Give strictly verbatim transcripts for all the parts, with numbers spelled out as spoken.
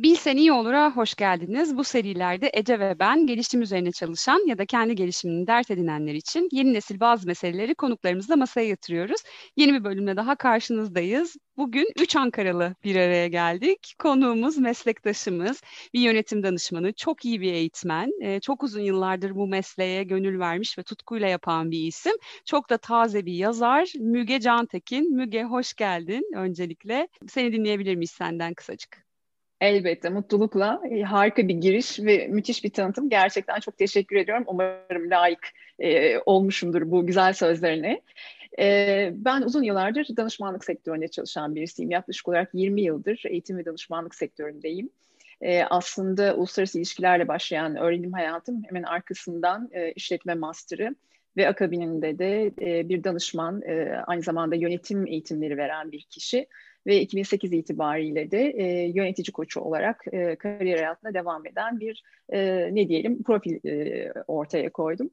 Bilsen iyi olur'a hoş geldiniz. Bu serilerde Ece ve ben gelişim üzerine çalışan ya da kendi gelişimini dert edinenler için yeni nesil bazı meseleleri konuklarımızla masaya yatırıyoruz. Yeni bir bölümle daha karşınızdayız. Bugün üç Ankaralı bir araya geldik. Konuğumuz, meslektaşımız, bir yönetim danışmanı, çok iyi bir eğitmen, e, çok uzun yıllardır bu mesleğe gönül vermiş ve tutkuyla yapan bir isim. Çok da taze bir yazar, Müge Cantekin. Müge hoş geldin öncelikle. Seni dinleyebilir miyiz senden kısacık? Elbette, mutlulukla. E, harika bir giriş ve müthiş bir tanıtım. Gerçekten çok teşekkür ediyorum. Umarım layık e, olmuşumdur bu güzel sözlerine. E, ben uzun yıllardır danışmanlık sektöründe çalışan birisiyim. Yaklaşık olarak yirmi yıldır eğitim ve danışmanlık sektöründeyim. E, aslında uluslararası ilişkilerle başlayan öğrenim hayatım hemen arkasından e, işletme master'ı ve akabininde de e, bir danışman, e, aynı zamanda yönetim eğitimleri veren bir kişi. Ve iki bin sekiz itibariyle de e, yönetici koçu olarak e, kariyer hayatına devam eden bir e, ne diyelim profil e, ortaya koydum.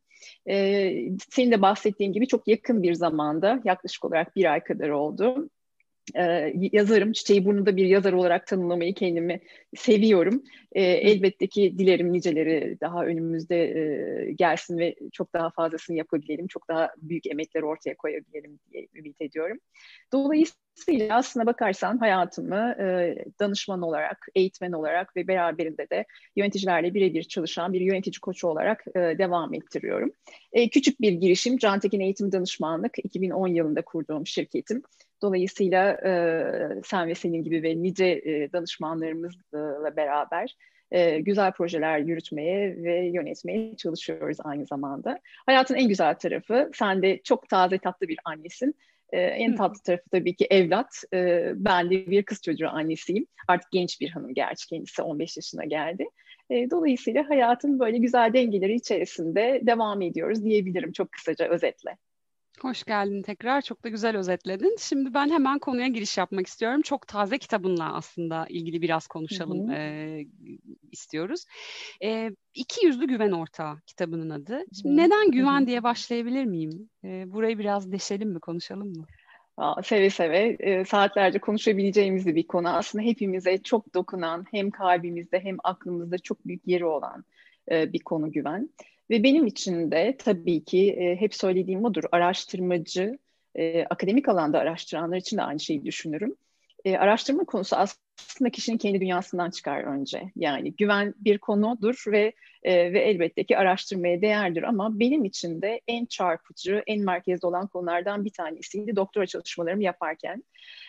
E, Senin de bahsettiğin gibi çok yakın bir zamanda, yaklaşık olarak bir ay kadar oldu, e, yazarım. Çiçeği burnunda bir yazar olarak tanımlamayı kendimi seviyorum. E, elbette ki dilerim niceleri daha önümüzde e, gelsin ve çok daha fazlasını yapabilelim. Çok daha büyük emekler ortaya koyabilelim diye ümit ediyorum. Dolayısıyla aslına bakarsan hayatımı e, danışman olarak, eğitmen olarak ve beraberinde de yöneticilerle birebir çalışan bir yönetici koçu olarak e, devam ettiriyorum. E, küçük bir girişim, Cantekin Eğitim Danışmanlık, iki bin on yılında kurduğum şirketim. Dolayısıyla e, sen ve senin gibi ve nice e, danışmanlarımızla beraber e, güzel projeler yürütmeye ve yönetmeye çalışıyoruz aynı zamanda. Hayatın en güzel tarafı, sen de çok taze tatlı bir annesin. E, en tatlı tarafı tabii ki evlat. E, ben de bir kız çocuğu annesiyim. Artık genç bir hanım, gerçi kendisi on beş yaşına geldi. E, dolayısıyla hayatın böyle güzel dengeleri içerisinde devam ediyoruz diyebilirim çok kısaca özetle. Hoş geldin tekrar. Çok da güzel özetledin. Şimdi ben hemen konuya giriş yapmak istiyorum. Çok taze kitabınla aslında ilgili biraz Hı konuşalım hı. e, istiyoruz. E, İki Yüzlü Güven Ortağı kitabının adı. Hı Şimdi hı. neden Hı güven hı. diye başlayabilir miyim? E, burayı biraz deşelim mi, konuşalım mı? Aa, seve seve e, saatlerce konuşabileceğimiz de bir konu. Aslında hepimize çok dokunan, hem kalbimizde hem aklımızda çok büyük yeri olan e, bir konu güven. Ve benim için de tabii ki e, hep söylediğim odur. Araştırmacı, e, akademik alanda araştıranlar için de aynı şeyi düşünürüm. E, araştırma konusu aslında kişinin kendi dünyasından çıkar önce. Yani güven bir konudur ve e, ve elbette ki araştırmaya değerdir, ama benim için de en çarpıcı, en merkezde olan konulardan bir tanesiydi doktora çalışmalarımı yaparken.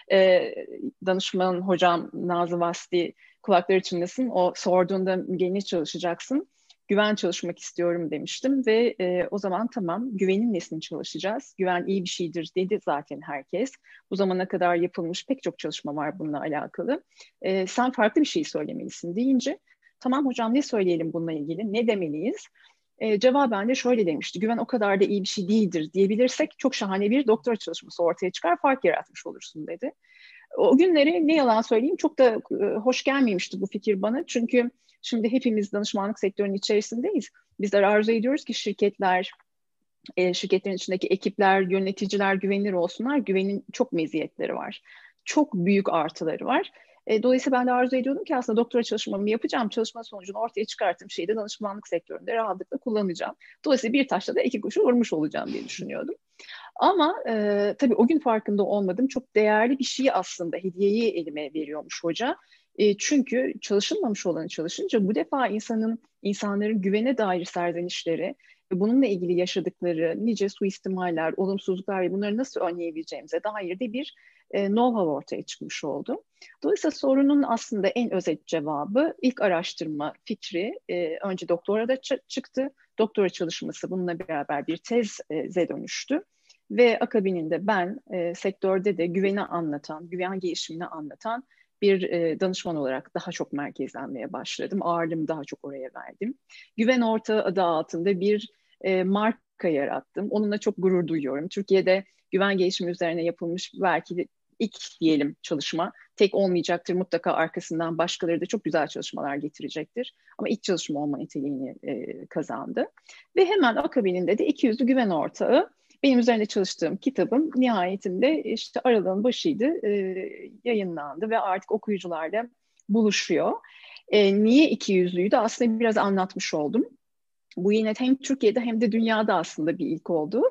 E, Danışman hocam Nazlı Vasti kulakları çınlasın. O sorduğunda Müge ne çalışacaksın? Güven çalışmak istiyorum demiştim ve e, o zaman tamam, güvenin nesini çalışacağız? Güven iyi bir şeydir dedi zaten herkes. Bu zamana kadar yapılmış pek çok çalışma var bununla alakalı. E, sen farklı bir şey söylemelisin deyince, tamam hocam, ne söyleyelim bununla ilgili, ne demeliyiz? E, cevaben de şöyle demişti: güven o kadar da iyi bir şey değildir diyebilirsek çok şahane bir doktora çalışması ortaya çıkar, fark yaratmış olursun dedi. O günleri ne yalan söyleyeyim çok da e, hoş gelmemişti bu fikir bana. Çünkü şimdi hepimiz danışmanlık sektörünün içerisindeyiz. Bizler arzu ediyoruz ki şirketler, e, şirketlerin içindeki ekipler, yöneticiler güvenilir olsunlar. Güvenin çok meziyetleri var. Çok büyük artıları var. E, dolayısıyla ben de arzu ediyordum ki aslında doktora çalışmamı yapacağım. Çalışma sonucunu ortaya çıkarttığım şeyi de danışmanlık sektöründe rahatlıkla kullanacağım. Dolayısıyla bir taşla da iki kuşu vurmuş olacağım diye düşünüyordum. Ama e, tabii o gün farkında olmadım. Çok değerli bir şeyi aslında, hediyeyi elime veriyormuş hoca. E, çünkü çalışılmamış olanı çalışınca bu defa insanın insanların güvene dair serzenişleri ve bununla ilgili yaşadıkları nice suistimaller, olumsuzluklar ve bunları nasıl önleyebileceğimize dair de bir e, know-how ortaya çıkmış oldu. Dolayısıyla sorunun aslında en özet cevabı, ilk araştırma fikri e, önce doktora da ç- çıktı. Doktora çalışması bununla beraber bir teze dönüştü. Ve akabininde ben e, sektörde de güveni anlatan, güven gelişimini anlatan bir e, danışman olarak daha çok merkezlenmeye başladım. Ağırlığımı daha çok oraya verdim. Güven Ortağı adı altında bir e, marka yarattım. Onunla çok gurur duyuyorum. Türkiye'de güven gelişimi üzerine yapılmış belki de ilk diyelim çalışma. Tek olmayacaktır. Mutlaka arkasından başkaları da çok güzel çalışmalar getirecektir. Ama ilk çalışma olma niteliğini e, kazandı. Ve hemen akabininde de iki yüzlü güven ortağı benim üzerinde çalıştığım kitabım nihayetinde işte aralığın başıydı, e, yayınlandı ve artık okuyucularla buluşuyor. E, niye iki yüzlüydü? Aslında biraz anlatmış oldum. Bu yine hem Türkiye'de hem de dünyada aslında bir ilk oldu.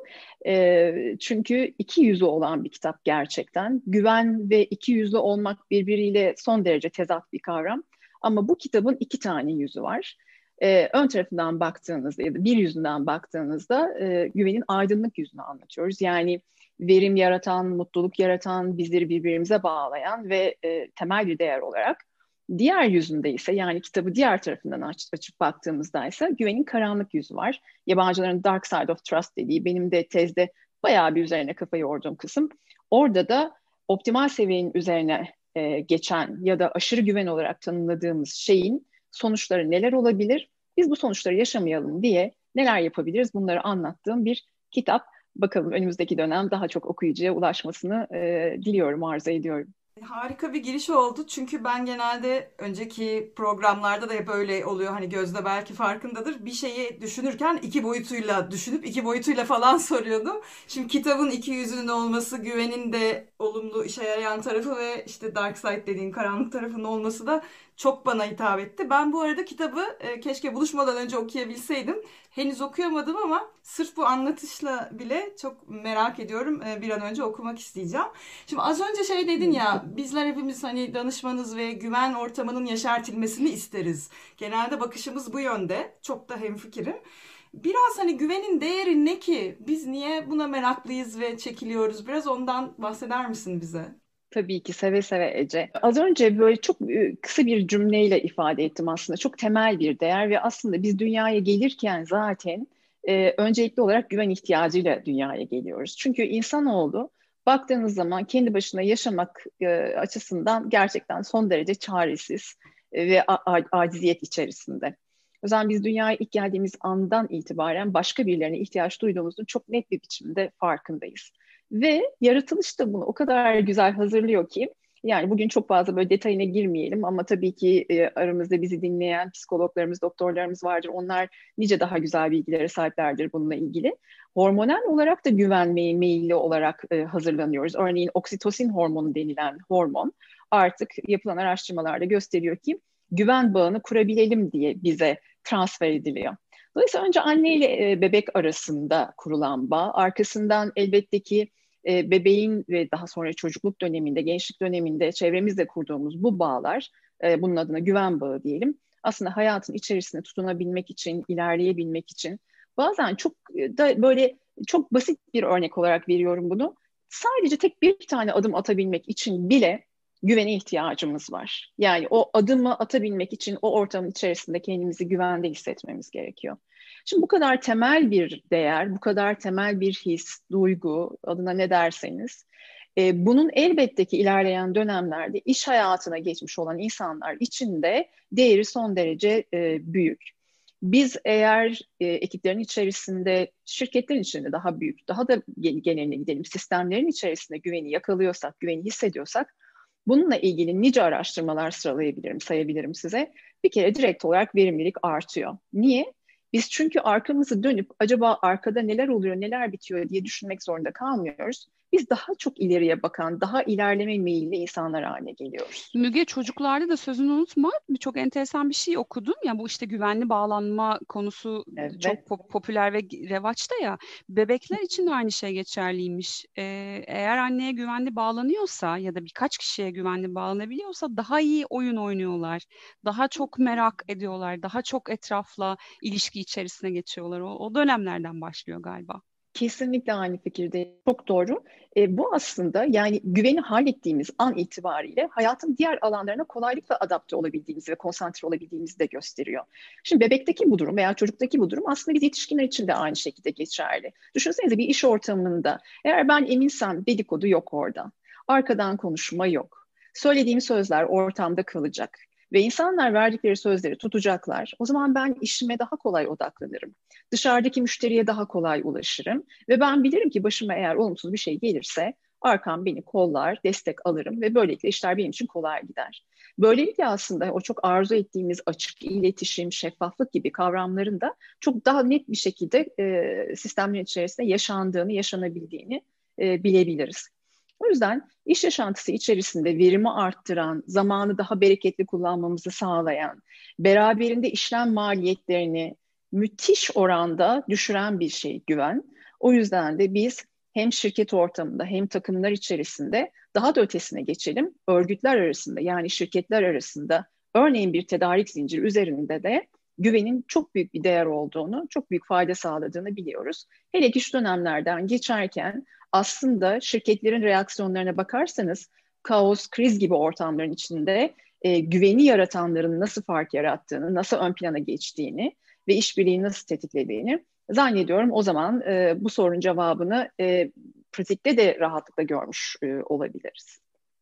E, çünkü iki yüzü olan bir kitap gerçekten. Güven ve iki yüzlü olmak birbiriyle son derece tezat bir kavram. Ama bu kitabın iki tane yüzü var. E, ön tarafından baktığınızda ya da bir yüzünden baktığınızda e, güvenin aydınlık yüzünü anlatıyoruz. Yani verim yaratan, mutluluk yaratan, bizleri birbirimize bağlayan ve e, temel bir değer olarak. Diğer yüzünde ise yani kitabı diğer tarafından aç, açıp baktığımızda ise güvenin karanlık yüzü var. Yabancıların dark side of trust dediği, benim de tezde bayağı bir üzerine kafa yorduğum kısım. Orada da optimal seviyenin üzerine e, geçen ya da aşırı güven olarak tanımladığımız şeyin sonuçları neler olabilir? Biz bu sonuçları yaşamayalım diye neler yapabiliriz? Bunları anlattığım bir kitap. Bakalım önümüzdeki dönem daha çok okuyucuya ulaşmasını e, diliyorum, arzu ediyorum. Harika bir giriş oldu çünkü ben genelde önceki programlarda da hep öyle oluyor, hani Gözde belki farkındadır, bir şeyi düşünürken iki boyutuyla düşünüp iki boyutuyla falan soruyordum. Şimdi kitabın iki yüzünün olması, güvenin de olumlu işe yarayan tarafı ve işte dark side dediğin karanlık tarafının olması da çok bana hitap etti. Ben bu arada kitabı e, keşke buluşmadan önce okuyabilseydim. Henüz okuyamadım ama sırf bu anlatışla bile çok merak ediyorum. E, bir an önce okumak isteyeceğim. Şimdi az önce şey dedin ya, bizler hepimiz hani danışmanız ve güven ortamının yeşertilmesini isteriz. Genelde bakışımız bu yönde. Çok da hemfikirim. Biraz hani güvenin değeri ne ki? Biz niye buna meraklıyız ve çekiliyoruz? Biraz ondan bahseder misin bize? Tabii ki seve seve Ece. Az önce böyle çok e, kısa bir cümleyle ifade ettim aslında. Çok temel bir değer ve aslında biz dünyaya gelirken zaten e, öncelikli olarak güven ihtiyacıyla dünyaya geliyoruz. Çünkü insanoğlu baktığınız zaman kendi başına yaşamak e, açısından gerçekten son derece çaresiz e, ve a- a- aciziyet içerisinde. O yüzden biz dünyaya ilk geldiğimiz andan itibaren başka birilerine ihtiyaç duyduğumuzun çok net bir biçimde farkındayız. Ve yaratılış da bunu o kadar güzel hazırlıyor ki, yani bugün çok fazla böyle detayına girmeyelim ama tabii ki e, aramızda bizi dinleyen psikologlarımız, doktorlarımız vardır. Onlar nice daha güzel bilgilere sahiplerdir bununla ilgili. Hormonal olarak da güvenmeye meyilli olarak e, hazırlanıyoruz. Örneğin oksitosin hormonu denilen hormon artık yapılan araştırmalarda gösteriyor ki güven bağını kurabilelim diye bize transfer ediliyor. Dolayısıyla önce anne ile e, bebek arasında kurulan bağ, arkasından elbette ki e, bebeğin ve daha sonra çocukluk döneminde, gençlik döneminde çevremizle kurduğumuz bu bağlar, e, bunun adına güven bağı diyelim, aslında hayatın içerisinde tutunabilmek için, ilerleyebilmek için, bazen çok e, da böyle çok basit bir örnek olarak veriyorum bunu, sadece tek bir tane adım atabilmek için bile güvene ihtiyacımız var. Yani o adımı atabilmek için o ortamın içerisinde kendimizi güvende hissetmemiz gerekiyor. Şimdi bu kadar temel bir değer, bu kadar temel bir his, duygu, adına ne derseniz, e, bunun elbette ki ilerleyen dönemlerde iş hayatına geçmiş olan insanlar için de değeri son derece e, büyük. Biz eğer e, ekiplerin içerisinde, şirketlerin içinde daha büyük, daha da geneline gidelim, sistemlerin içerisinde güveni yakalıyorsak, güveni hissediyorsak, bununla ilgili nice araştırmalar sıralayabilirim, sayabilirim size. Bir kere direkt olarak verimlilik artıyor. Niye? Biz çünkü arkamızı dönüp acaba arkada neler oluyor, neler bitiyor diye düşünmek zorunda kalmıyoruz. Biz daha çok ileriye bakan, daha ilerleme meyilli insanlar haline geliyoruz. Müge, çocuklarda da sözünü unutma. Çok enteresan bir şey okudum. Ya bu işte güvenli bağlanma konusu çok Evet. pop- popüler ve revaçta ya. Bebekler için de aynı şey geçerliymiş. Ee, eğer anneye güvenli bağlanıyorsa ya da birkaç kişiye güvenli bağlanabiliyorsa daha iyi oyun oynuyorlar. Daha çok merak ediyorlar. Daha çok etrafla ilişki içerisine geçiyorlar. O, o dönemlerden başlıyor galiba. Kesinlikle aynı fikirde. Çok doğru. E, bu aslında yani güveni hallettiğimiz an itibariyle hayatın diğer alanlarına kolaylıkla adapte olabildiğimizi ve konsantre olabildiğimizi de gösteriyor. Şimdi bebekteki bu durum veya çocuktaki bu durum aslında biz yetişkinler için de aynı şekilde geçerli. Düşünsenize bir iş ortamında eğer ben eminsem dedikodu yok orada. Arkadan konuşma yok. Söylediğim sözler ortamda kalacak. Ve insanlar verdikleri sözleri tutacaklar. O zaman ben işime daha kolay odaklanırım. Dışarıdaki müşteriye daha kolay ulaşırım. Ve ben bilirim ki başıma eğer olumsuz bir şey gelirse arkam beni kollar, destek alırım ve böylelikle işler benim için kolay gider. Böylelikle aslında o çok arzu ettiğimiz açık iletişim, şeffaflık gibi kavramların da çok daha net bir şekilde e, sistemlerin içerisinde yaşandığını, yaşanabildiğini e, bilebiliriz. O yüzden iş yaşantısı içerisinde verimi arttıran, zamanı daha bereketli kullanmamızı sağlayan, beraberinde işlem maliyetlerini müthiş oranda düşüren bir şey güven. O yüzden de biz hem şirket ortamında hem takımlar içerisinde daha da ötesine geçelim. Örgütler arasında yani şirketler arasında örneğin bir tedarik zinciri üzerinde de güvenin çok büyük bir değer olduğunu, çok büyük fayda sağladığını biliyoruz. Hele ki şu dönemlerden geçerken aslında şirketlerin reaksiyonlarına bakarsanız kaos, kriz gibi ortamların içinde e, güveni yaratanların nasıl fark yarattığını, nasıl ön plana geçtiğini ve işbirliğini nasıl tetiklediğini zannediyorum o zaman e, bu sorunun cevabını e, pratikte de rahatlıkla görmüş e, olabiliriz.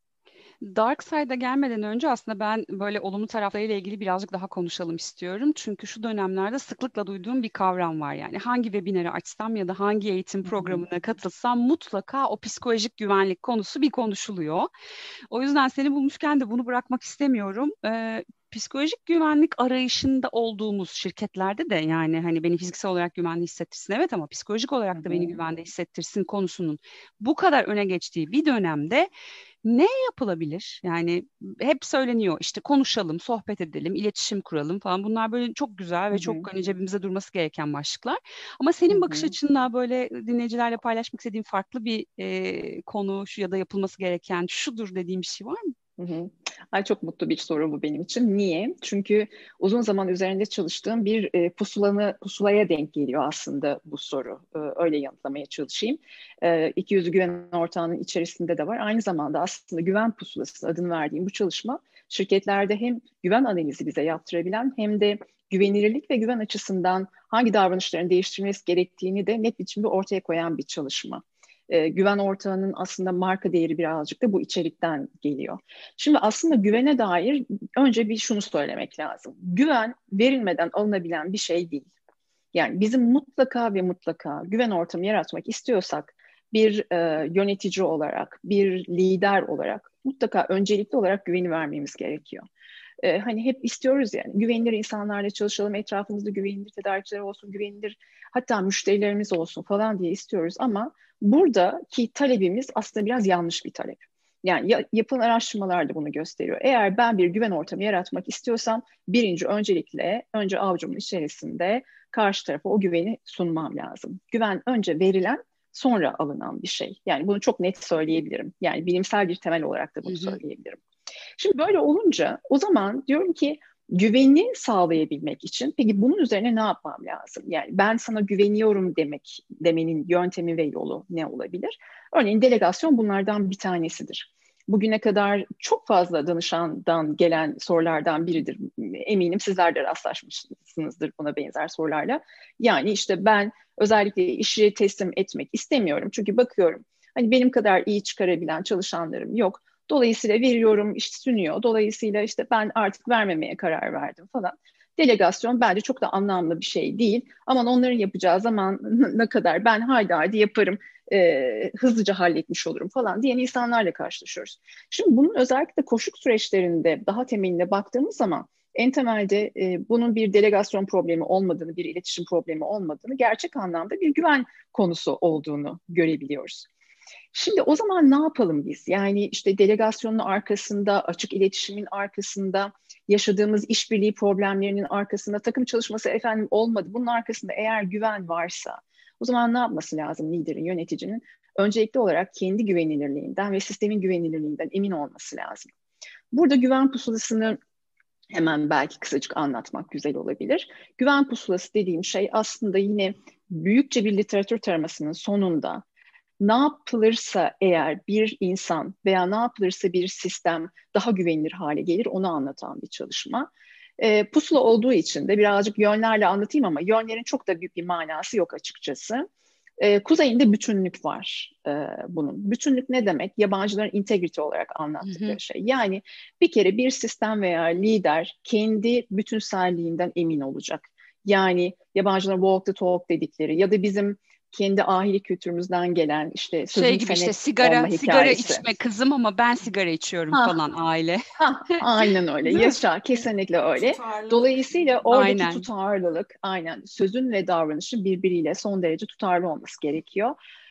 Dark Side'a gelmeden önce aslında ben böyle olumlu taraflarıyla ilgili birazcık daha konuşalım istiyorum. Çünkü şu dönemlerde sıklıkla duyduğum bir kavram var. Yani hangi webinarı açsam ya da hangi eğitim programına katılsam mutlaka o psikolojik güvenlik konusu bir konuşuluyor. O yüzden seni bulmuşken de bunu bırakmak istemiyorum. Ee, Psikolojik güvenlik arayışında olduğumuz şirketlerde de yani hani beni fiziksel olarak güvende hissettirsin evet ama psikolojik olarak da beni güvende hissettirsin konusunun bu kadar öne geçtiği bir dönemde ne yapılabilir? Yani hep söyleniyor işte konuşalım, sohbet edelim, iletişim kuralım falan. Bunlar böyle çok güzel ve Hı çok hı. hani cebimize durması gereken başlıklar. Ama senin Hı bakış hı. açınla böyle dinleyicilerle paylaşmak istediğin farklı bir e, konu şu ya da yapılması gereken şudur dediğim bir şey var mı? Hı hı. Ay çok mutlu bir soru bu benim için. Niye? Çünkü uzun zaman üzerinde çalıştığım bir e, pusulanı, pusulaya denk geliyor aslında bu soru. E, öyle yanıtlamaya çalışayım. E, iki yüzlü güven ortağının içerisinde de var. Aynı zamanda aslında güven pusulası adını verdiğim bu çalışma şirketlerde hem güven analizi bize yaptırabilen hem de güvenilirlik ve güven açısından hangi davranışların değiştirilmesi gerektiğini de net biçimde ortaya koyan bir çalışma. E, güven ortağının aslında marka değeri birazcık da bu içerikten geliyor. Şimdi aslında güvene dair önce bir şunu söylemek lazım. Güven verilmeden alınabilen bir şey değil. Yani bizim mutlaka ve mutlaka güven ortamı yaratmak istiyorsak bir e, yönetici olarak, bir lider olarak mutlaka öncelikli olarak güveni vermemiz gerekiyor. E, hani hep istiyoruz yani güvenilir insanlarla çalışalım, etrafımızda güvenilir tedarikçiler olsun, güvenilir hatta müşterilerimiz olsun falan diye istiyoruz ama buradaki talebimiz aslında biraz yanlış bir talep. Yani ya, yapılan araştırmalar da bunu gösteriyor. Eğer ben bir güven ortamı yaratmak istiyorsam birinci öncelikle önce avucumun içerisinde karşı tarafa o güveni sunmam lazım. Güven önce verilen sonra alınan bir şey. Yani bunu çok net söyleyebilirim. Yani bilimsel bir temel olarak da bunu Hı hı. söyleyebilirim. Şimdi böyle olunca o zaman diyorum ki güveni sağlayabilmek için peki bunun üzerine ne yapmam lazım? Yani ben sana güveniyorum demek demenin yöntemi ve yolu ne olabilir? Örneğin delegasyon bunlardan bir tanesidir. Bugüne kadar çok fazla danışandan gelen sorulardan biridir. Eminim sizler de rastlaşmışsınızdır buna benzer sorularla. Yani işte ben özellikle işi teslim etmek istemiyorum. Çünkü bakıyorum hani benim kadar iyi çıkarabilen çalışanlarım yok. Dolayısıyla veriyorum, işte sünüyor. Dolayısıyla işte ben artık vermemeye karar verdim falan. Delegasyon bence çok da anlamlı bir şey değil. Aman onların yapacağı zaman ne kadar ben haydi haydi yaparım, e, hızlıca halletmiş olurum falan diyen insanlarla karşılaşıyoruz. Şimdi bunun özellikle koşuk süreçlerinde daha temeline baktığımız zaman en temelde e, bunun bir delegasyon problemi olmadığını, bir iletişim problemi olmadığını, gerçek anlamda bir güven konusu olduğunu görebiliyoruz. Şimdi o zaman ne yapalım biz? Yani işte delegasyonun arkasında, açık iletişimin arkasında, yaşadığımız işbirliği problemlerinin arkasında, takım çalışması efendim olmadı. Bunun arkasında eğer güven varsa, o zaman ne yapması lazım liderin, yöneticinin? Öncelikli olarak kendi güvenilirliğinden ve sistemin güvenilirliğinden emin olması lazım. Burada güven pusulasını hemen belki kısacık anlatmak güzel olabilir. Güven pusulası dediğim şey aslında yine büyükçe bir literatür taramasının sonunda ne yapılırsa eğer bir insan veya ne yapılırsa bir sistem daha güvenilir hale gelir onu anlatan bir çalışma. E, pusula olduğu için de birazcık yönlerle anlatayım ama yönlerin çok da büyük bir manası yok açıkçası. E, kuzeyinde bütünlük var e, bunun. Bütünlük ne demek? Yabancıların integrity olarak anlattıkları hı hı. şey. Yani bir kere bir sistem veya lider kendi bütünselliğinden emin olacak. Yani yabancılar walk the talk dedikleri ya da bizim kendi ahili kültürümüzden gelen işte sözün şey gibi işte sigara sigara içme kızım ama ben sigara içiyorum ha. falan aile. Ha, aynen öyle. Yaşa kesinlikle öyle. Tutarlılık. Dolayısıyla oradaki aynen. tutarlılık aynen sözün ve davranışın birbiriyle son derece tutarlı olması gerekiyor.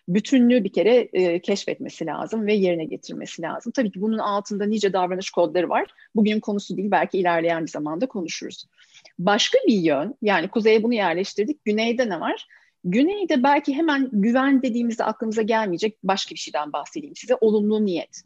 bütünlüğü bir kere e, keşfetmesi lazım ve yerine getirmesi lazım. Tabii ki bunun altında nice davranış kodları var. Bugünün konusu değil, belki ilerleyen bir zamanda konuşuruz. Başka bir yön, yani kuzeye bunu yerleştirdik. Güneyde ne var? Güneyde belki hemen güven dediğimizde aklımıza gelmeyecek başka bir şeyden bahsedeyim size. Olumlu niyet.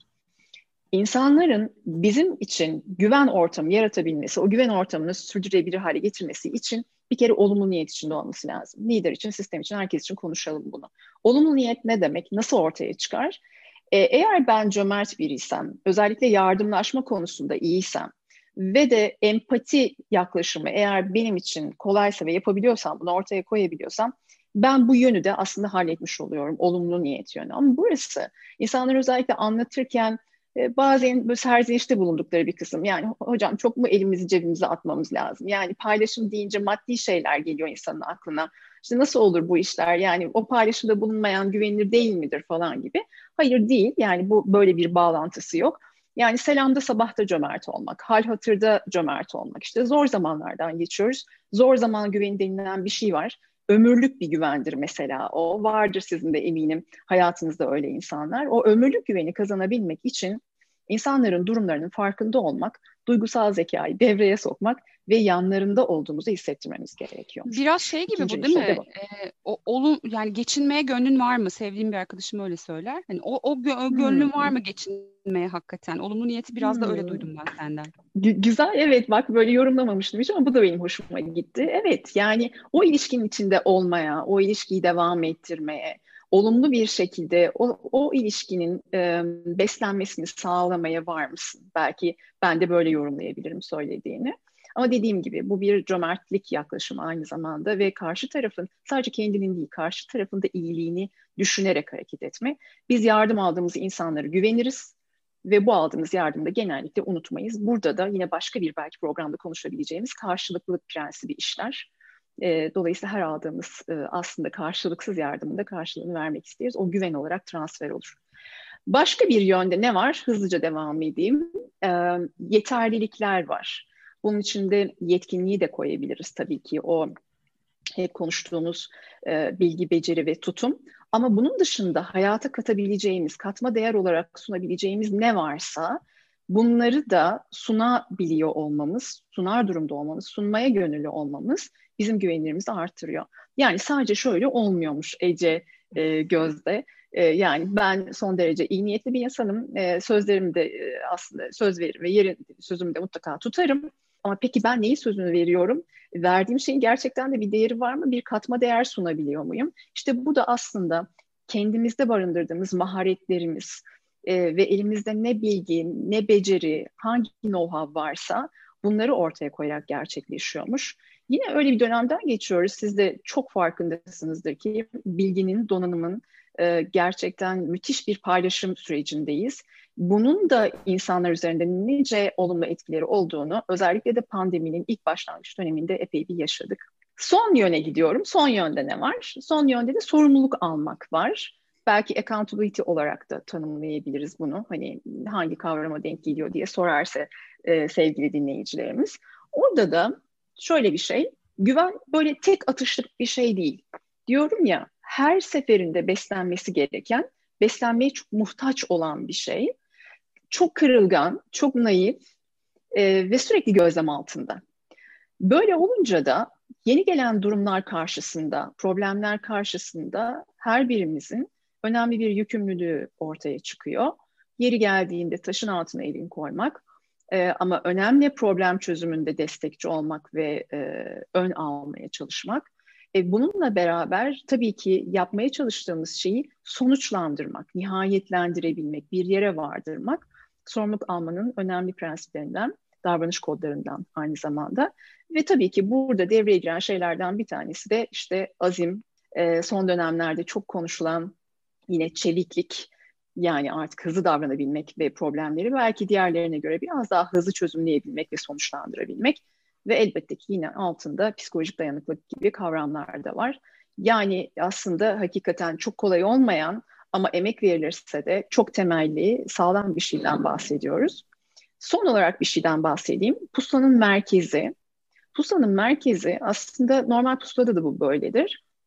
İnsanların bizim için güven ortamı yaratabilmesi, o güven ortamını sürdürülebilir hale getirmesi için bir kere olumlu niyet içinde olması lazım. Lider için, sistem için, herkes için konuşalım bunu. Olumlu niyet ne demek? Nasıl ortaya çıkar? Ee, eğer ben cömert biriysem, özellikle yardımlaşma konusunda iyiysem ve de empati yaklaşımı eğer benim için kolaysa ve yapabiliyorsam, bunu ortaya koyabiliyorsam, ben bu yönü de aslında halletmiş oluyorum. Olumlu niyet yönü. Ama burası insanlar özellikle anlatırken bazen böyle serzenişte bulundukları bir kısım. Yani hocam çok mu elimizi cebimize atmamız lazım? Yani paylaşım deyince maddi şeyler geliyor insanın aklına. İşte nasıl olur bu işler? Yani o paylaşımda bulunmayan güvenilir değil midir falan gibi. Hayır değil. Yani bu böyle bir bağlantısı yok. Yani selamda sabahta cömert olmak, hal hatırda cömert olmak. İşte zor zamanlardan geçiyoruz. Zor zaman güveni denilen bir şey var. Ömürlük bir güvendir mesela o. Vardır sizin de eminim hayatınızda öyle insanlar. O ömürlük güveni kazanabilmek için insanların durumlarının farkında olmak, duygusal zekayı devreye sokmak ve yanlarında olduğumuzu hissettirmemiz gerekiyor. Biraz şey gibi İkinci bu değil mi? şey de bu. Ee, o olun yani geçinmeye gönlün var mı? Sevdiğim bir arkadaşım öyle söyler. Hani o o, gö- o gönlün var Hmm. mı geçinmeye hakikaten? Olumlu niyeti biraz da öyle Hmm. duydum ben senden. Gü- Güzel, evet, bak böyle yorumlamamıştım hiç ama bu da benim hoşuma gitti. Evet, yani o ilişkinin içinde olmaya, o ilişkiyi devam ettirmeye, olumlu bir şekilde o, o ilişkinin e, beslenmesini sağlamaya var mısın? Belki ben de böyle yorumlayabilirim söylediğini. Ama dediğim gibi bu bir cömertlik yaklaşımı aynı zamanda ve karşı tarafın sadece kendinin değil, karşı tarafın da iyiliğini düşünerek hareket etme. Biz yardım aldığımız insanlara güveniriz. Ve bu aldığımız yardımda genellikle unutmayız. Burada da yine başka bir belki programda konuşabileceğimiz karşılıklılık prensibi işler. E, dolayısıyla her aldığımız e, aslında karşılıksız yardımın da karşılığını vermek isteriz. O güven olarak transfer olur. Başka bir yönde ne var? Hızlıca devam edeyim. E, yeterlilikler var. Bunun içinde yetkinliği de koyabiliriz tabii ki. O hep konuştuğumuz e, bilgi, beceri ve tutum. Ama bunun dışında hayata katabileceğimiz, katma değer olarak sunabileceğimiz ne varsa bunları da sunabiliyor olmamız, sunar durumda olmamız, sunmaya gönüllü olmamız bizim güvenilirimizi artırıyor. Yani sadece şöyle olmuyormuş Ece, e, Gözde. E, yani ben son derece iyi niyetli bir insanım. E, sözlerimi de e, aslında söz veririm ve yerin sözümü de mutlaka tutarım. Ama peki ben neyi sözünü veriyorum? Verdiğim şeyin gerçekten de bir değeri var mı? Bir katma değer sunabiliyor muyum? İşte bu da aslında kendimizde barındırdığımız maharetlerimiz e, ve elimizde ne bilgi, ne beceri, hangi know-how varsa bunları ortaya koyarak gerçekleşiyormuş. Yine öyle bir dönemden geçiyoruz. Siz de çok farkındasınızdır ki bilginin, donanımın e, gerçekten müthiş bir paylaşım sürecindeyiz. Bunun da insanlar üzerinde nice olumlu etkileri olduğunu özellikle de pandeminin ilk başlangıç döneminde epey bir yaşadık. Son yöne gidiyorum. Son yönde ne var? Son yönde de sorumluluk almak var. Belki accountability olarak da tanımlayabiliriz bunu. Hani hangi kavrama denk geliyor diye sorarsa e, sevgili dinleyicilerimiz. Orada da şöyle bir şey, güven böyle tek atışlık bir şey değil. Diyorum ya, her seferinde beslenmesi gereken, beslenmeye çok muhtaç olan bir şey. Çok kırılgan, çok naif e, ve sürekli gözlem altında. Böyle olunca da yeni gelen durumlar karşısında, problemler karşısında her birimizin önemli bir yükümlülüğü ortaya çıkıyor. Yeri geldiğinde taşın altına elini koymak e, ama önemli problem çözümünde destekçi olmak ve e, ön almaya çalışmak. E, bununla beraber tabii ki yapmaya çalıştığımız şeyi sonuçlandırmak, nihayetlendirebilmek, bir yere vardırmak sorumluluk almanın önemli prensiplerinden, davranış kodlarından aynı zamanda. Ve tabii ki burada devreye giren şeylerden bir tanesi de işte azim, e, son dönemlerde çok konuşulan yine çeviklik, yani artık hızlı davranabilmek ve problemleri belki diğerlerine göre biraz daha hızlı çözümleyebilmek ve sonuçlandırabilmek ve elbette ki yine altında psikolojik dayanıklılık gibi kavramlar da var. Yani aslında hakikaten çok kolay olmayan ama emek verilirse de çok temelli, sağlam bir şeyden bahsediyoruz. Son olarak bir şeyden bahsedeyim. Pusulanın merkezi. Pusulanın merkezi aslında normal pusulada da bu böyledir.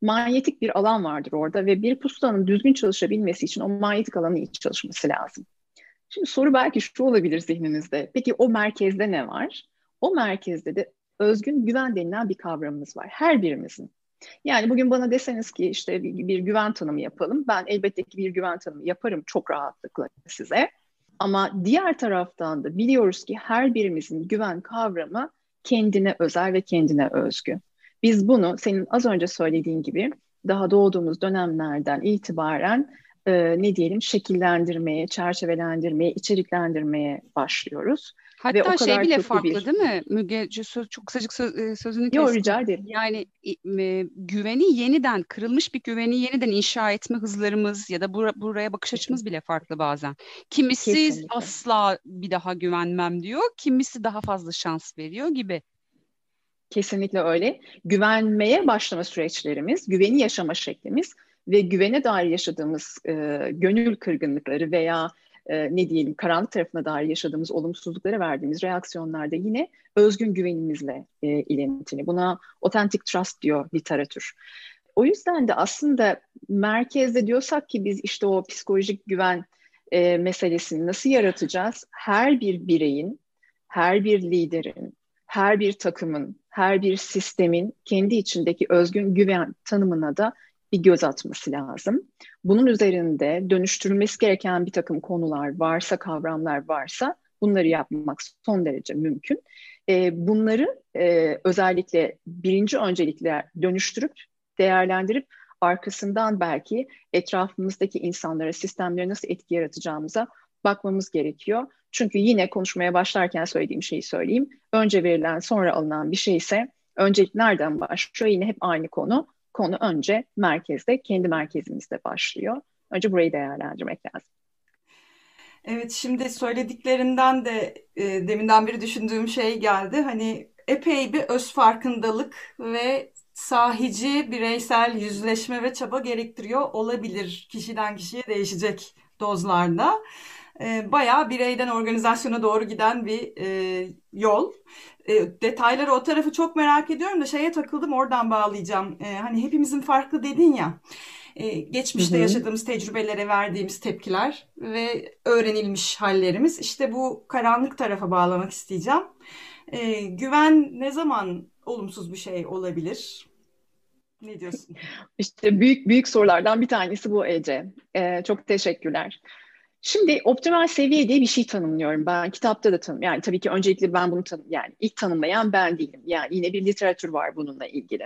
manyetik bir alan vardır orada ve bir pusulanın düzgün çalışabilmesi için o manyetik alanın iyi çalışması lazım. Şimdi soru belki şu olabilir zihninizde. Peki o merkezde ne var? O merkezde de özgün güven denilen bir kavramımız var. Her birimizin. Yani bugün bana deseniz ki işte bir, bir güven tanımı yapalım. Ben elbette ki bir güven tanımı yaparım çok rahatlıkla size. Ama diğer taraftan da biliyoruz ki her birimizin güven kavramı kendine özel ve kendine özgü. Biz bunu senin az önce söylediğin gibi daha doğduğumuz dönemlerden itibaren e, ne diyelim şekillendirmeye, çerçevelendirmeye, içeriklendirmeye başlıyoruz. Ve o Hatta şey kadar bile köklü farklı bir... değil mi? Müge, söz, çok kısacık söz- e, sözünü Yok, kestim. rica ederim. Yani e, güveni yeniden, kırılmış bir güveni yeniden inşa etme hızlarımız ya da bura- buraya bakış açımız bile farklı bazen. Kimisi Kesinlikle. asla bir daha güvenmem diyor, kimisi daha fazla şans veriyor gibi. Kesinlikle öyle. Güvenmeye başlama süreçlerimiz, güveni yaşama şeklimiz ve güvene dair yaşadığımız e, gönül kırgınlıkları veya e, ne diyelim karanlık tarafına dair yaşadığımız olumsuzluklara verdiğimiz reaksiyonlarda yine özgün güvenimizle e, ilintili. Buna authentic trust diyor literatür. O yüzden de aslında merkezde diyorsak ki biz işte o psikolojik güven e, meselesini nasıl yaratacağız? Her bir bireyin, her bir liderin, her bir takımın, her bir sistemin kendi içindeki özgün güven tanımına da bir göz atması lazım. Bunun üzerinde dönüştürülmesi gereken bir takım konular varsa, kavramlar varsa bunları yapmak son derece mümkün. E, bunları e, özellikle birinci öncelikle dönüştürüp, değerlendirip arkasından belki etrafımızdaki insanlara, sistemlere nasıl etki yaratacağımıza bakmamız gerekiyor. Çünkü yine konuşmaya başlarken söylediğim şeyi söyleyeyim. Önce verilen sonra alınan bir şey ise öncelik nereden başlıyor? Yine hep aynı konu. Konu önce merkezde, kendi merkezimizde başlıyor. Önce burayı değerlendirmek lazım. Evet, şimdi söylediklerinden de e, deminden beri düşündüğüm şey geldi. Hani epey bir öz farkındalık ve sahici bireysel yüzleşme ve çaba gerektiriyor olabilir. Kişiden kişiye değişecek dozlarda. E, bayağı bireyden organizasyona doğru giden bir e, yol. E, detayları o tarafı çok merak ediyorum da şeye takıldım, oradan bağlayacağım. E, hani hepimizin farklı dedin ya. Ee, geçmişte Hı hı. yaşadığımız tecrübelere verdiğimiz tepkiler ve öğrenilmiş hallerimiz. İşte bu karanlık tarafa bağlamak isteyeceğim. Ee, güven ne zaman olumsuz bir şey olabilir? Ne diyorsun? İşte büyük büyük sorulardan bir tanesi bu Ece. Ee, çok teşekkürler. Şimdi optimal seviye diye bir şey tanımlıyorum. Ben kitapta da tanım. Yani tabii ki öncelikle ben bunu tanım. Yani ilk tanımlayan ben değilim. Yani yine bir literatür var bununla ilgili.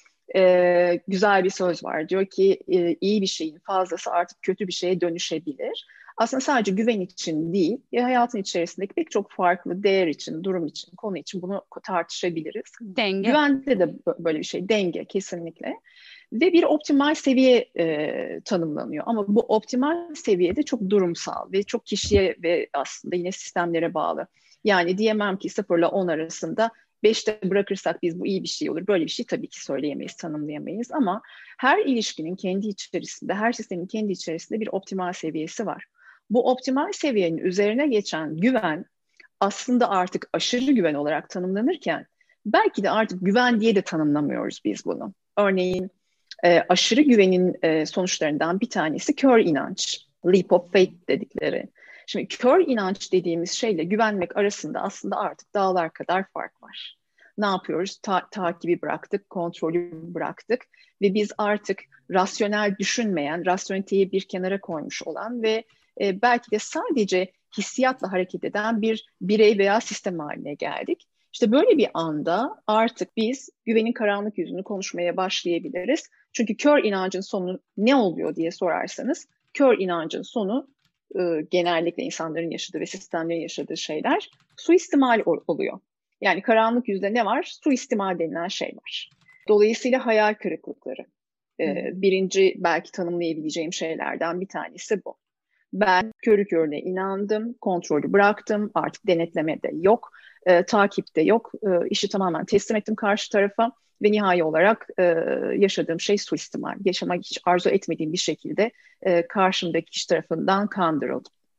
Ee, güzel bir söz var. Diyor ki e, iyi bir şeyin fazlası artık kötü bir şeye dönüşebilir. Aslında sadece güven için değil, ya hayatın içerisindeki pek çok farklı değer için, durum için, konu için bunu tartışabiliriz. Denge. Güvende de böyle bir şey, denge kesinlikle. Ve bir optimal seviye e, tanımlanıyor. Ama bu optimal seviyede çok durumsal ve çok kişiye ve aslında yine sistemlere bağlı. Yani diyemem ki sıfır ile on arasında beşte bırakırsak biz bu iyi bir şey olur. Böyle bir şey tabii ki söyleyemeyiz, tanımlayamayız. Ama her ilişkinin kendi içerisinde, her sistemin kendi içerisinde bir optimal seviyesi var. Bu optimal seviyenin üzerine geçen güven aslında artık aşırı güven olarak tanımlanırken belki de artık güven diye de tanımlamıyoruz biz bunu. Örneğin e, aşırı güvenin e, sonuçlarından bir tanesi kör inanç, leap of faith dedikleri. Şimdi kör inanç dediğimiz şeyle güvenmek arasında aslında artık dağlar kadar fark var. Ne yapıyoruz? Ta- takibi bıraktık, kontrolü bıraktık ve biz artık rasyonel düşünmeyen, rasyoneliteyi bir kenara koymuş olan ve e, belki de sadece hissiyatla hareket eden bir birey veya sistem haline geldik. İşte böyle bir anda artık biz güvenin karanlık yüzünü konuşmaya başlayabiliriz. Çünkü kör inancın sonu ne oluyor diye sorarsanız, kör inancın sonu e, genellikle insanların yaşadığı ve sistemlerin yaşadığı şeyler suistimal oluyor. Yani karanlık yüzde ne var? Suistimal denilen şey var. Dolayısıyla hayal kırıklıkları. E, birinci belki tanımlayabileceğim şeylerden bir tanesi bu. Ben körü körüne inandım, kontrolü bıraktım, artık denetleme de yok, e, takip de yok, e, işi tamamen teslim ettim karşı tarafa ve nihai olarak e, yaşadığım şey suistimal. Yaşamak hiç arzu etmediğim bir şekilde e, karşımdaki kişi tarafından kandırıldım.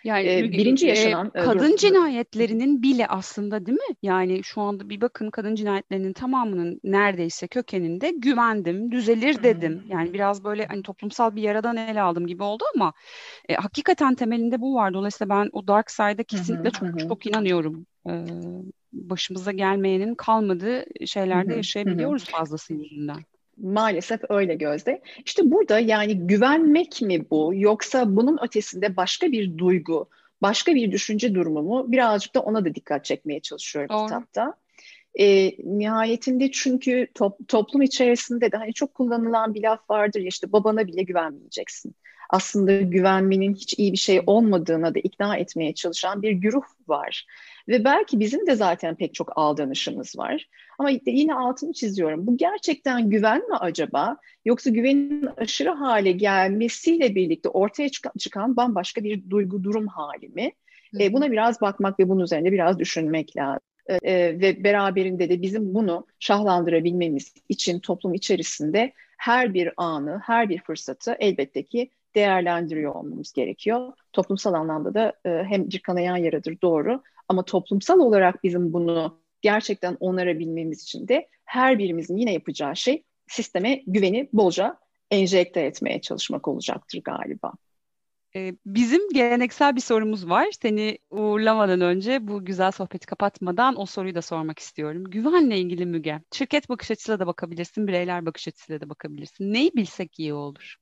Yani E, Müge- birinci e, yaşanan e, kadın durum. cinayetlerinin bile aslında, değil mi? Yani şu anda bir bakın, kadın cinayetlerinin tamamının neredeyse kökeninde güvendim, düzelir Hı hı. dedim. Yani biraz böyle hani toplumsal bir yaradan ele aldım gibi oldu ama e, hakikaten temelinde bu var. Dolayısıyla ben o dark side'a Hı kesinlikle hı, hı çok hı, çok inanıyorum. E, başımıza gelmeyenin kalmadığı hı şeylerde hı, hı hı. yaşayabiliyoruz fazlası yüzünden. Maalesef öyle Gözde. İşte burada yani güvenmek mi bu, yoksa bunun ötesinde başka bir duygu, başka bir düşünce durumu mu? Birazcık da ona da dikkat çekmeye çalışıyorum Doğru. kitapta. E, nihayetinde çünkü top- toplum içerisinde de hani çok kullanılan bir laf vardır ya, işte babana bile güvenmeyeceksin. Aslında güvenmenin hiç iyi bir şey olmadığına da ikna etmeye çalışan bir güruh var. Ve belki bizim de zaten pek çok aldanışımız var. Ama yine altını çiziyorum. Bu gerçekten güven mi acaba? Yoksa güvenin aşırı hale gelmesiyle birlikte ortaya çıkan, çıkan bambaşka bir duygu durum hali mi? Hı E, hı. buna biraz bakmak ve bunun üzerinde biraz düşünmek lazım. E, ve beraberinde de bizim bunu şahlandırabilmemiz için toplum içerisinde her bir anı, her bir fırsatı elbette ki değerlendiriyor olmamız gerekiyor. Toplumsal anlamda da e, hem bir kanayan yaradır, doğru, ama toplumsal olarak bizim bunu gerçekten onarabilmemiz için de her birimizin yine yapacağı şey sisteme güveni bolca enjekte etmeye çalışmak olacaktır galiba. Ee, Bizim geleneksel bir sorumuz var. Seni uğurlamadan önce, bu güzel sohbeti kapatmadan o soruyu da sormak istiyorum. Güvenle ilgili Müge. Şirket bakış açısıyla da bakabilirsin, bireyler bakış açısıyla da bakabilirsin. Neyi bilsek iyi olur?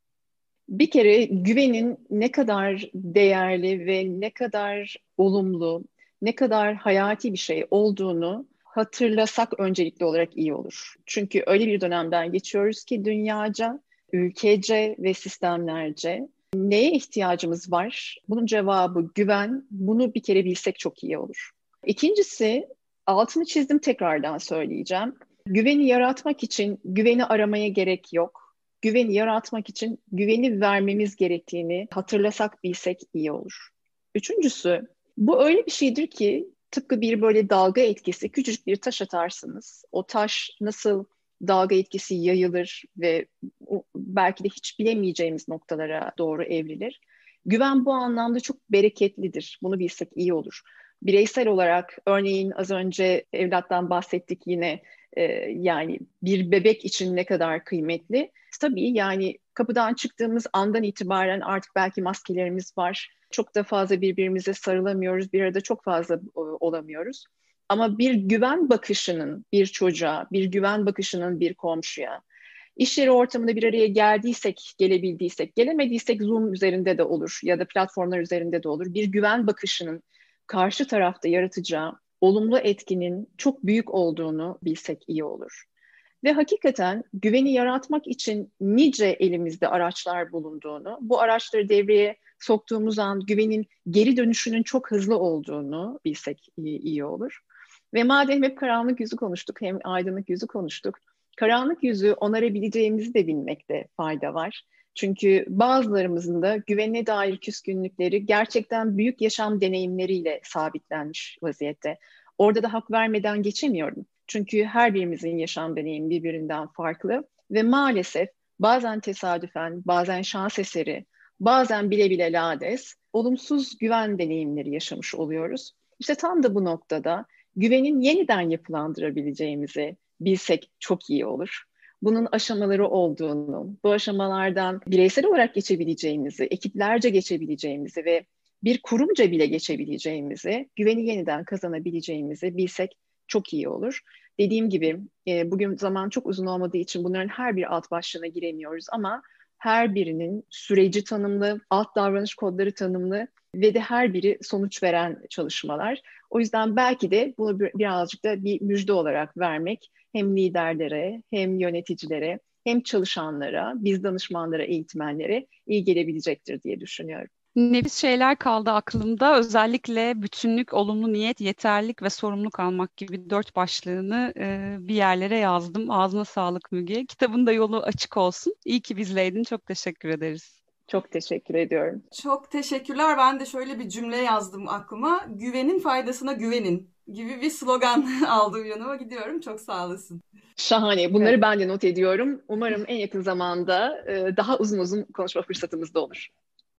Bir kere güvenin ne kadar değerli ve ne kadar olumlu, ne kadar hayati bir şey olduğunu hatırlasak öncelikli olarak iyi olur. Çünkü öyle bir dönemden geçiyoruz ki dünyaca, ülkece ve sistemlerce neye ihtiyacımız var? Bunun cevabı güven. Bunu bir kere bilsek çok iyi olur. İkincisi, altını çizdim, tekrardan söyleyeceğim. Güveni yaratmak için güveni aramaya gerek yok. Güveni yaratmak için güveni vermemiz gerektiğini hatırlasak, bilsek iyi olur. Üçüncüsü, bu öyle bir şeydir ki tıpkı bir böyle dalga etkisi, küçücük bir taş atarsınız. O taş nasıl dalga etkisi yayılır ve belki de hiç bilemeyeceğimiz noktalara doğru evrilir. Güven bu anlamda çok bereketlidir. Bunu bilsek iyi olur. Bireysel olarak örneğin az önce evlattan bahsettik yine, e, yani bir bebek için ne kadar kıymetli. Tabii yani kapıdan çıktığımız andan itibaren artık belki maskelerimiz var. Çok da fazla birbirimize sarılamıyoruz. Bir arada çok fazla e, olamıyoruz. Ama bir güven bakışının bir çocuğa, bir güven bakışının bir komşuya, İş yeri ortamında bir araya geldiysek, gelebildiysek, gelemediysek Zoom üzerinde de olur ya da platformlar üzerinde de olur. Bir güven bakışının karşı tarafta yaratacağı olumlu etkinin çok büyük olduğunu bilsek iyi olur. Ve hakikaten güveni yaratmak için nice elimizde araçlar bulunduğunu, bu araçları devreye soktuğumuz an güvenin geri dönüşünün çok hızlı olduğunu bilsek iyi, iyi olur. Ve madem hep karanlık yüzü konuştuk, hem aydınlık yüzü konuştuk, karanlık yüzü onarabileceğimizi de bilmekte fayda var. Çünkü bazılarımızın da güvene dair küskünlükleri gerçekten büyük yaşam deneyimleriyle sabitlenmiş vaziyette. Orada da hak vermeden geçemiyorum. Çünkü her birimizin yaşam deneyimi birbirinden farklı ve maalesef bazen tesadüfen, bazen şans eseri, bazen bile bile lades, olumsuz güven deneyimleri yaşamış oluyoruz. İşte tam da bu noktada güvenin yeniden yapılandırabileceğimizi bilsek çok iyi olur. Bunun aşamaları olduğunu, bu aşamalardan bireysel olarak geçebileceğimizi, ekiplerce geçebileceğimizi ve bir kurumca bile geçebileceğimizi, güveni yeniden kazanabileceğimizi bilsek çok iyi olur. Dediğim gibi e, bugün zaman çok uzun olmadığı için bunların her bir alt başlığına giremiyoruz ama her birinin süreci tanımlı, alt davranış kodları tanımlı ve de her biri sonuç veren çalışmalar. O yüzden belki de bunu birazcık da bir müjde olarak vermek hem liderlere, hem yöneticilere, hem çalışanlara, biz danışmanlara, eğitmenlere iyi gelebilecektir diye düşünüyorum. Nefis şeyler kaldı aklımda. Özellikle bütünlük, olumlu niyet, yeterlilik ve sorumluluk almak gibi dört başlığını e, bir yerlere yazdım. Ağzına sağlık Müge. Kitabın da yolu açık olsun. İyi ki bizleydin. Çok teşekkür ederiz. Çok teşekkür ediyorum. Çok teşekkürler. Ben de şöyle bir cümle yazdım aklıma. Güvenin faydasına güvenin gibi bir slogan aldım yanıma, gidiyorum. Çok sağ olasın. Şahane. Bunları Evet. ben de not ediyorum. Umarım en yakın zamanda e, daha uzun uzun konuşma fırsatımız da olur.